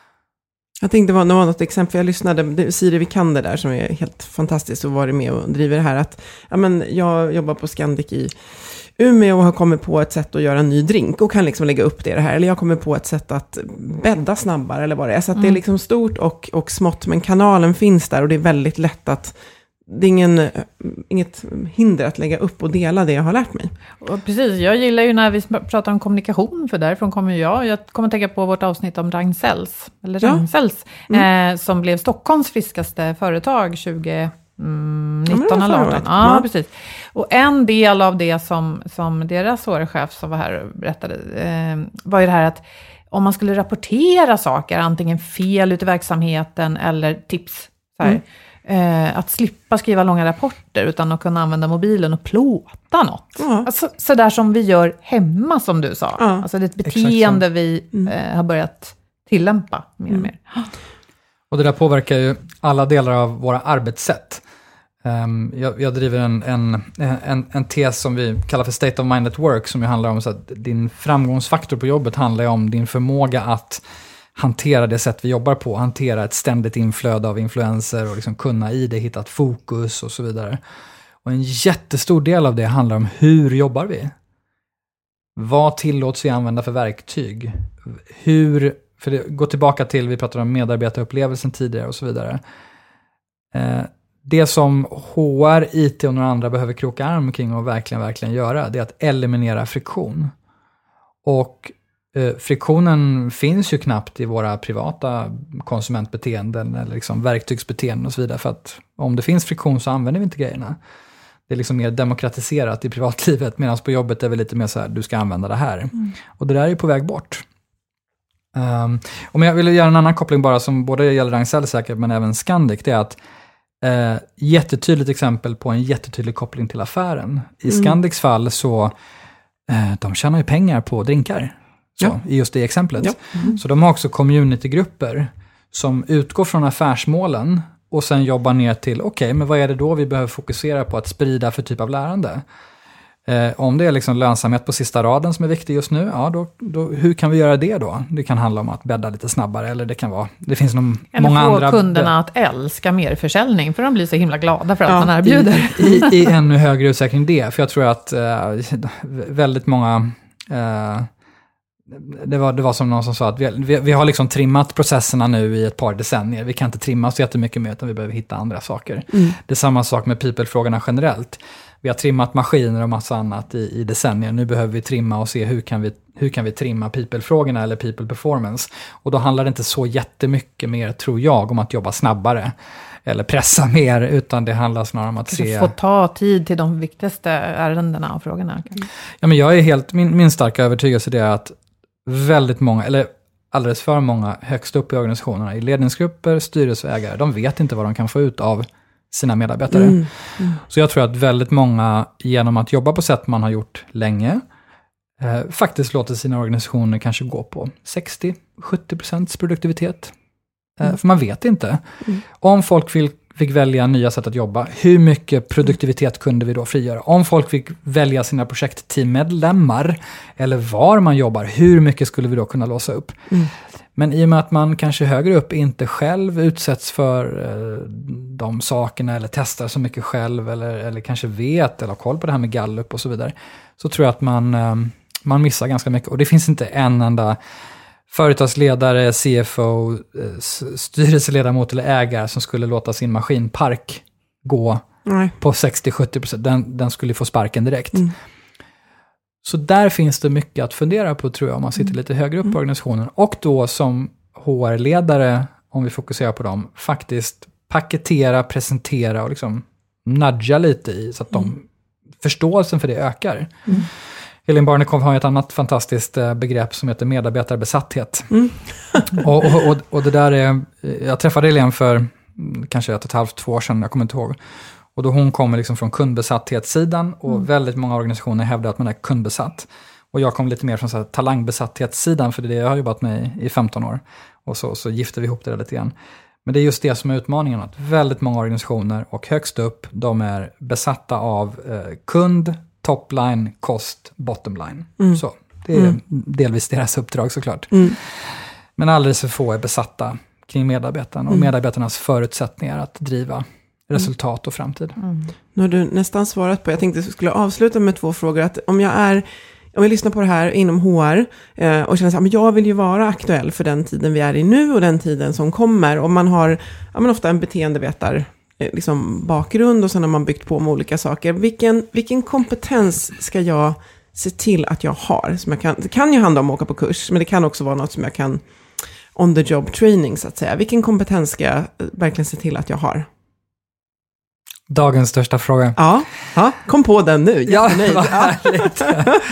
Jag tänkte det var, det var något exempel, jag lyssnade, Siri Vikander där som är helt fantastiskt och varit med och driver det här, att ja, men jag jobbar på Scandic i Umeå och har kommit på ett sätt att göra en ny drink och kan liksom lägga upp det, det här. Eller jag kommer på ett sätt att bädda snabbare eller vad det är. Så att mm. det är liksom stort och, och smått, men kanalen finns där och det är väldigt lätt att det är ingen, inget hinder att lägga upp och dela det jag har lärt mig. Och precis, jag gillar ju när vi pratar om kommunikation, för därifrån kommer jag. Jag kommer tänka på vårt avsnitt om Ragn-Sells, eller ja. Ragn-Sells, mm. eh, som blev Stockholms friskaste företag tjugo nitton eller arton. Ja, ja, precis. Och en del av det som, som deras H R-chef som var här och berättade eh, var ju det här att om man skulle rapportera saker, antingen fel ut i verksamheten eller tips, så här, mm. eh, att slippa skriva långa rapporter utan att kunna använda mobilen och plåta något. Ja. Alltså, så där som vi gör hemma, som du sa. Ja. Alltså det är ett beteende vi mm. eh, har börjat tillämpa mer och mm. mer. Och det där påverkar ju alla delar av våra arbetssätt. Um, jag, jag driver en, en, en, en tes som vi kallar för state of mind at work, som ju handlar om så att din framgångsfaktor på jobbet handlar om din förmåga att hantera det sätt vi jobbar på, hantera ett ständigt inflöde av influenser och liksom kunna i det hitta ett fokus och så vidare. Och en jättestor del av det handlar om hur jobbar vi? Vad tillåts vi använda för verktyg? Hur, för det går tillbaka till, vi pratade om medarbetarupplevelsen tidigare och så vidare. Eh, Det som H R, I T och några andra behöver kroka arm kring och verkligen, verkligen göra, det är att eliminera friktion. Och eh, friktionen finns ju knappt i våra privata konsumentbeteenden eller liksom verktygsbeteenden och så vidare. För att om det finns friktion så använder vi inte grejerna. Det är liksom mer demokratiserat i privatlivet, medan på jobbet är vi lite mer så här, du ska använda det här. Mm. Och det där är ju på väg bort. Um, om jag vill göra en annan koppling bara som både gäller Ragn-Sells säkert men även Scandic, det är att Uh, jättetydligt exempel på en jättetydlig koppling till affären. I mm. Scandics fall så uh, de tjänar ju pengar på drinkar. Så, ja. I just det exemplet. Ja. Mm. Så de har också communitygrupper som utgår från affärsmålen och sen jobbar ner till, okej, okay, men vad är det då vi behöver fokusera på att sprida för typ av lärande? Eh, om det är liksom lönsamhet på sista raden som är viktig just nu, ja, då, då, hur kan vi göra det då? Det kan handla om att bädda lite snabbare, eller det kan vara, det finns nog många andra... Eller få kunderna att älska mer försäljning, för de blir så himla glada för att ja, man erbjuder. I, i, I ännu högre utsträckning det, för jag tror att eh, väldigt många... Eh, det, var, det var som någon som sa att vi, vi, vi har liksom trimmat processerna nu i ett par decennier. Vi kan inte trimma så jättemycket mer, utan vi behöver hitta andra saker. Mm. Det är samma sak med people-frågorna generellt. Vi har trimmat maskiner och massa annat i, i decennier. Nu behöver vi trimma och se hur kan vi, hur kan vi trimma people-frågorna eller people performance. Och då handlar det inte så jättemycket mer, tror jag, om att jobba snabbare eller pressa mer, utan det handlar snarare om att Kanske se... få ta tid till de viktigaste ärendena och frågorna. Ja, men jag är helt, min, min starka övertygelse är att väldigt många, eller alldeles för många högst upp i organisationerna, i ledningsgrupper, styrelseägare, de vet inte vad de kan få ut av sina medarbetare. Mm, mm. Så jag tror att väldigt många, genom att jobba på sätt man har gjort länge, eh, faktiskt låter sina organisationer kanske gå på sextio till sjuttio procent produktivitet. Eh, mm. För man vet inte. Mm. Om folk vill, fick välja nya sätt att jobba, hur mycket produktivitet kunde vi då frigöra? Om folk fick välja sina projektteammedlemmar, eller var man jobbar, hur mycket skulle vi då kunna låsa upp? Mm. Men i och med att man kanske högre upp inte själv utsätts för eh, de sakerna eller testar så mycket själv eller, eller kanske vet eller har koll på det här med Gallup och så vidare, så tror jag att man, eh, man missar ganska mycket. Och det finns inte en enda företagsledare, C F O, eh, styrelseledamot eller ägare som skulle låta sin maskinpark gå Nej. på sextio till sjuttio procent. Den, den skulle få sparken direkt. Mm. Så där finns det mycket att fundera på, tror jag, om man sitter lite högre upp i organisationen. Och då som H R-ledare, om vi fokuserar på dem, faktiskt paketera, presentera och liksom nudga lite i så att de, mm. förståelsen för det ökar. Mm. Elin Barnekow har ett annat fantastiskt begrepp som heter medarbetarbesatthet. Mm. och, och, och, och det där är, jag träffade Elin för kanske ett och ett halvt, två år sedan, jag kommer inte ihåg. Och då hon kommer liksom från kundbesatthetsidan, och mm. väldigt många organisationer hävdar att man är kundbesatt. Och jag kom lite mer från så här talangbesatthetsidan, för det är det jag har jobbat med i femton år. Och så, så gifter vi ihop det lite grann. Men det är just det som är utmaningen, att väldigt många organisationer och högst upp, de är besatta av eh, kund, topline, kost, bottomline. Mm. Så det är mm. delvis deras uppdrag såklart. Mm. Men alldeles för få är besatta kring medarbetarna och mm. medarbetarnas förutsättningar att driva resultat och framtid. Mm. Nu har du nästan svarat på, jag tänkte att jag skulle avsluta med två frågor. Att om jag är, om jag lyssnar på det här inom H R eh, och känner att jag vill ju vara aktuell för den tiden vi är i nu och den tiden som kommer. Och man har ja, men ofta en beteendevetar eh, liksom bakgrund, och sen har man byggt på med olika saker. Vilken, vilken kompetens ska jag se till att jag har? Som jag kan, det kan ju handla om att åka på kurs, men det kan också vara något som jag kan on the job training så att säga. Vilken kompetens ska jag verkligen se till att jag har? Dagens största fråga. Ja, ja, kom på den nu. Ja, vad härligt.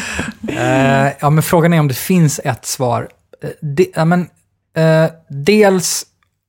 uh, ja, men frågan är om det finns ett svar. Uh, de, ja, men, uh, dels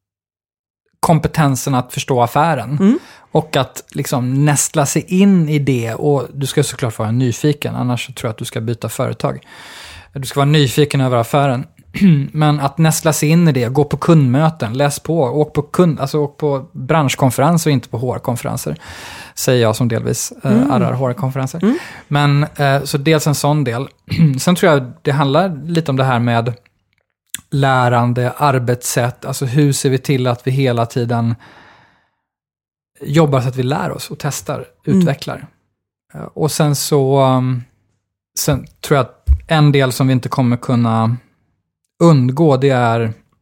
kompetensen att förstå affären. Mm. Och att liksom nästla sig in i det. Och du ska såklart vara nyfiken, annars tror jag att du ska byta företag. Du ska vara nyfiken över affären. Men att nästla sig in i det, gå på kundmöten, läs på, åk på, kund, alltså åk på branschkonferenser och inte på H R-konferenser, säger jag som delvis mm. äh, arrar H R-konferenser. Mm. Men äh, så dels en sån del. Sen tror jag det handlar lite om det här med lärande, arbetssätt, alltså hur ser vi till att vi hela tiden jobbar så att vi lär oss och testar, mm. utvecklar. Uh, och sen så um, sen tror jag att en del som vi inte kommer kunna undgå, det är,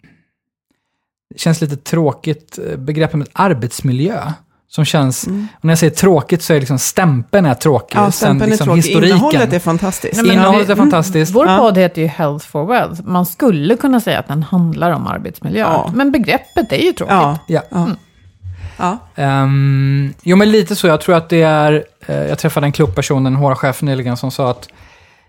det känns lite tråkigt, begreppet med arbetsmiljö som känns, mm. och när jag säger tråkigt så är liksom stämpeln är tråkig. Ja, stämpeln liksom är tråkig. Historiken. Innehållet är fantastiskt. Nej, Innehållet är fantastiskt. Vår ja. podd heter ju Health for Wealth. Man skulle kunna säga att den handlar om arbetsmiljö. Ja. Men begreppet är ju tråkigt. Ja. Ja. Mm. Ja. Um, jo, men lite så. Jag tror att det är, uh, jag träffade en klubbperson, en H R-chef nyligen, som sa att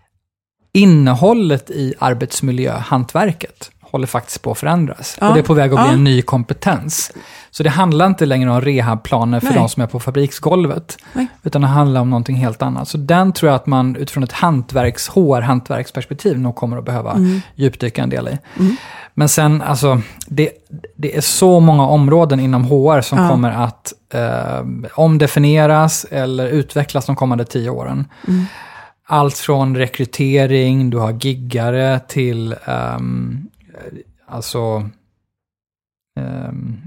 innehållet i arbetsmiljöhantverket håller faktiskt på att förändras. Ja. Och det är på väg att bli ja. en ny kompetens. Så det handlar inte längre om rehabplaner för Nej. de som är på fabriksgolvet. Nej. Utan det handlar om någonting helt annat. Så den tror jag att man utifrån ett hantverks, H R-hantverksperspektiv nog kommer att behöva mm. djupdyka en del i. Mm. Men sen, alltså, det, det är så många områden inom H R som ja. kommer att eh, omdefinieras eller utvecklas de kommande tio åren. Mm. Allt från rekrytering, du har giggare till um, alltså um,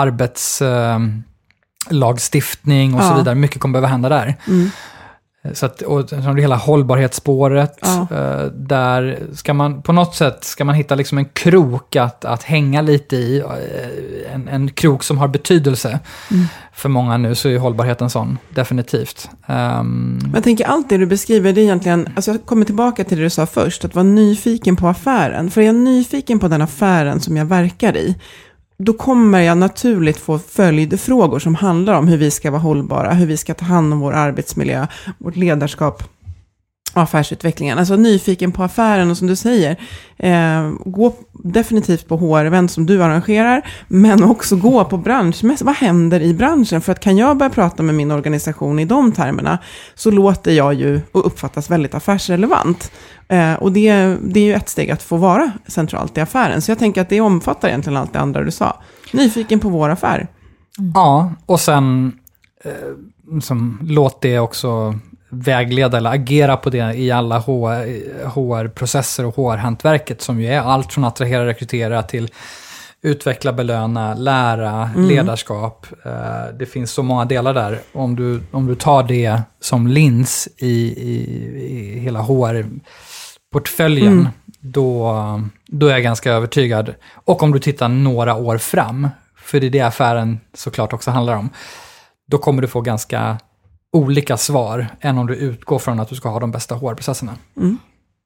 arbetslagstiftning um, och ja. så vidare. Mycket kommer behöva hända där. Mm. Så att, och det hela hållbarhetsspåret, ja. uh, där ska man på något sätt ska man hitta liksom en krok att, att hänga lite i, uh, en, en krok som har betydelse mm. för många nu, så är hållbarheten sån, definitivt. Um, Men jag tänker allt det du beskriver, det är egentligen, alltså jag kommer tillbaka till det du sa först, att vara nyfiken på affären, för är jag nyfiken på den affären som jag verkar i, då kommer jag naturligt få följdfrågor som handlar om hur vi ska vara hållbara, hur vi ska ta hand om vår arbetsmiljö, vårt ledarskap och affärsutvecklingen. Alltså nyfiken på affären, och som du säger, eh, gå definitivt på H R-event som du arrangerar, men också gå på branschmässigt. Vad händer i branschen? För att kan jag börja prata med min organisation i de termerna, så låter jag ju och uppfattas väldigt affärsrelevant. Eh, och det, det är ju ett steg att få vara centralt i affären. Så jag tänker att det omfattar egentligen allt det andra du sa. Nyfiken på vår affär. Mm. Ja, och sen eh, som, låt det också vägleda eller agera på det i alla H R-processer och H R-hantverket, som ju är allt från att attrahera, rekrytera till utveckla, belöna, lära, mm. ledarskap. Det finns så många delar där. Om du, om du tar det som lins i, i, i hela H R-portföljen, mm. då, då är jag ganska övertygad. Och om du tittar några år fram, för det är det affären såklart också handlar om, då kommer du få ganska olika svar än om du utgår från att du ska ha de bästa H R-processerna. Mm.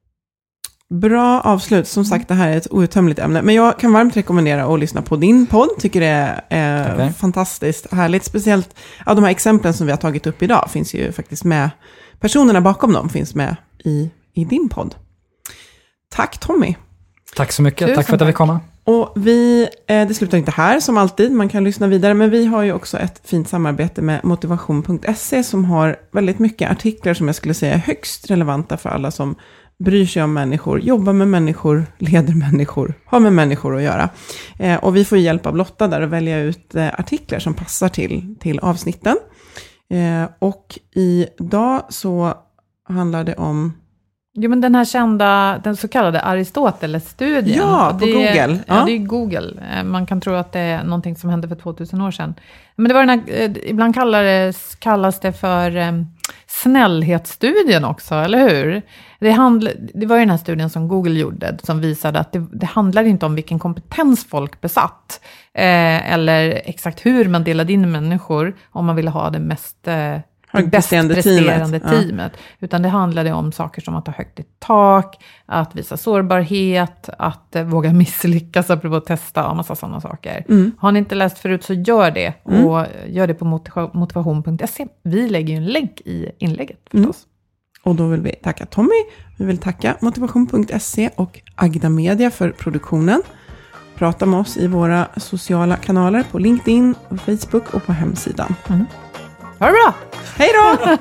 Bra avslut. Som sagt, det här är ett outtömligt ämne. Men jag kan varmt rekommendera att lyssna på din podd. Tycker det är okay. fantastiskt härligt. Speciellt, ja, de här exemplen som vi har tagit upp idag finns ju faktiskt med. Personerna bakom dem finns med i, i din podd. Tack Tommy. Tack så mycket. Tusen tack för att jag fick komma. Och vi, eh, det slutar inte här som alltid, man kan lyssna vidare, men vi har ju också ett fint samarbete med motivation punkt se som har väldigt mycket artiklar som jag skulle säga är högst relevanta för alla som bryr sig om människor, jobbar med människor, leder människor, har med människor att göra. Eh, och vi får ju hjälp av Lotta där att välja ut eh, artiklar som passar till, till avsnitten. Eh, och idag så handlar det om... Jo, men den här kända, den så kallade Aristoteles-studien. Ja, på det, Google. Ja. ja, det är Google. Man kan tro att det är någonting som hände för tvåtusen år sedan. Men det var den här, ibland kallas, kallas det för um, snällhetsstudien också, eller hur? Det, handl, det var ju den här studien som Google gjorde som visade att det, det handlar inte om vilken kompetens folk besatt. Eh, eller exakt hur man delade in människor om man ville ha det mest... Eh, det bäst presterande teamet. teamet. Ja. Utan det handlade om saker som att ha högt i tak, att visa sårbarhet, att eh, våga misslyckas, apropå att testa och massa sådana saker. Mm. Har ni inte läst förut så gör det. Mm. Och gör det på motivation punkt se. Vi lägger ju en länk i inlägget förstås. Mm. Och då vill vi tacka Tommy. Vi vill tacka motivation punkt se och Agda Media för produktionen. Prata med oss i våra sociala kanaler på LinkedIn, och Facebook och på hemsidan. Mm. Ha det bra! Hej då!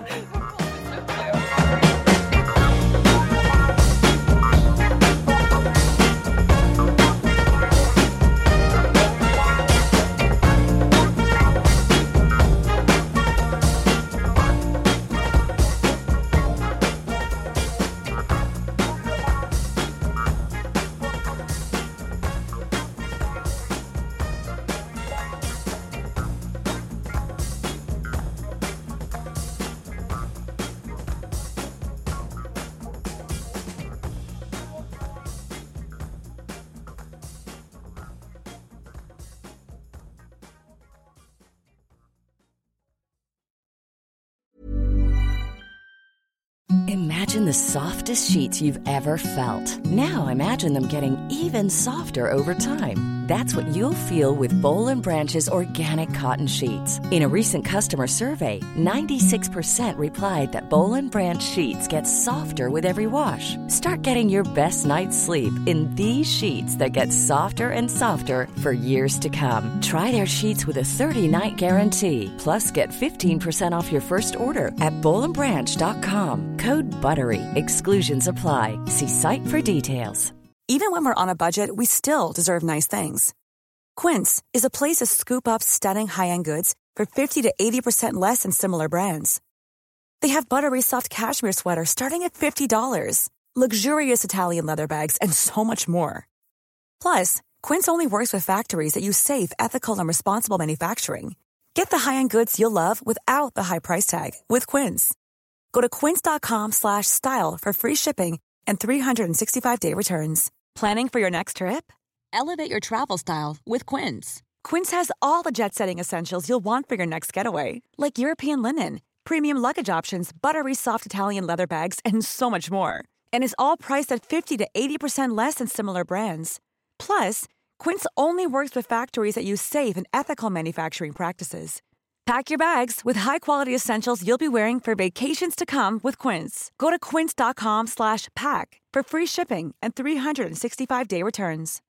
Imagine the softest sheets you've ever felt. Now imagine them getting even softer over time. That's what you'll feel with Boll and Branch's organic cotton sheets. In a recent customer survey, ninety-six percent replied that Boll and Branch sheets get softer with every wash. Start getting your best night's sleep in these sheets that get softer and softer for years to come. Try their sheets with a thirty-night guarantee. Plus, get fifteen percent off your first order at boll and branch dot com. Code BUTTERY. Exclusions apply. See site for details. Even when we're on a budget, we still deserve nice things. Quince is a place to scoop up stunning high-end goods for fifty to eighty percent less than similar brands. They have buttery soft cashmere sweaters starting at fifty dollars, luxurious Italian leather bags, and so much more. Plus, Quince only works with factories that use safe, ethical, and responsible manufacturing. Get the high-end goods you'll love without the high price tag with Quince. Go to quince.com slash style for free shipping and three sixty-five day returns. Planning for your next trip? Elevate your travel style with Quince. Quince has all the jet-setting essentials you'll want for your next getaway, like European linen, premium luggage options, buttery soft Italian leather bags, and so much more. And is all priced at fifty to eighty percent less than similar brands. Plus, Quince only works with factories that use safe and ethical manufacturing practices. Pack your bags with high-quality essentials you'll be wearing for vacations to come with Quince. Go to quince.com slash pack for free shipping and three sixty-five day returns.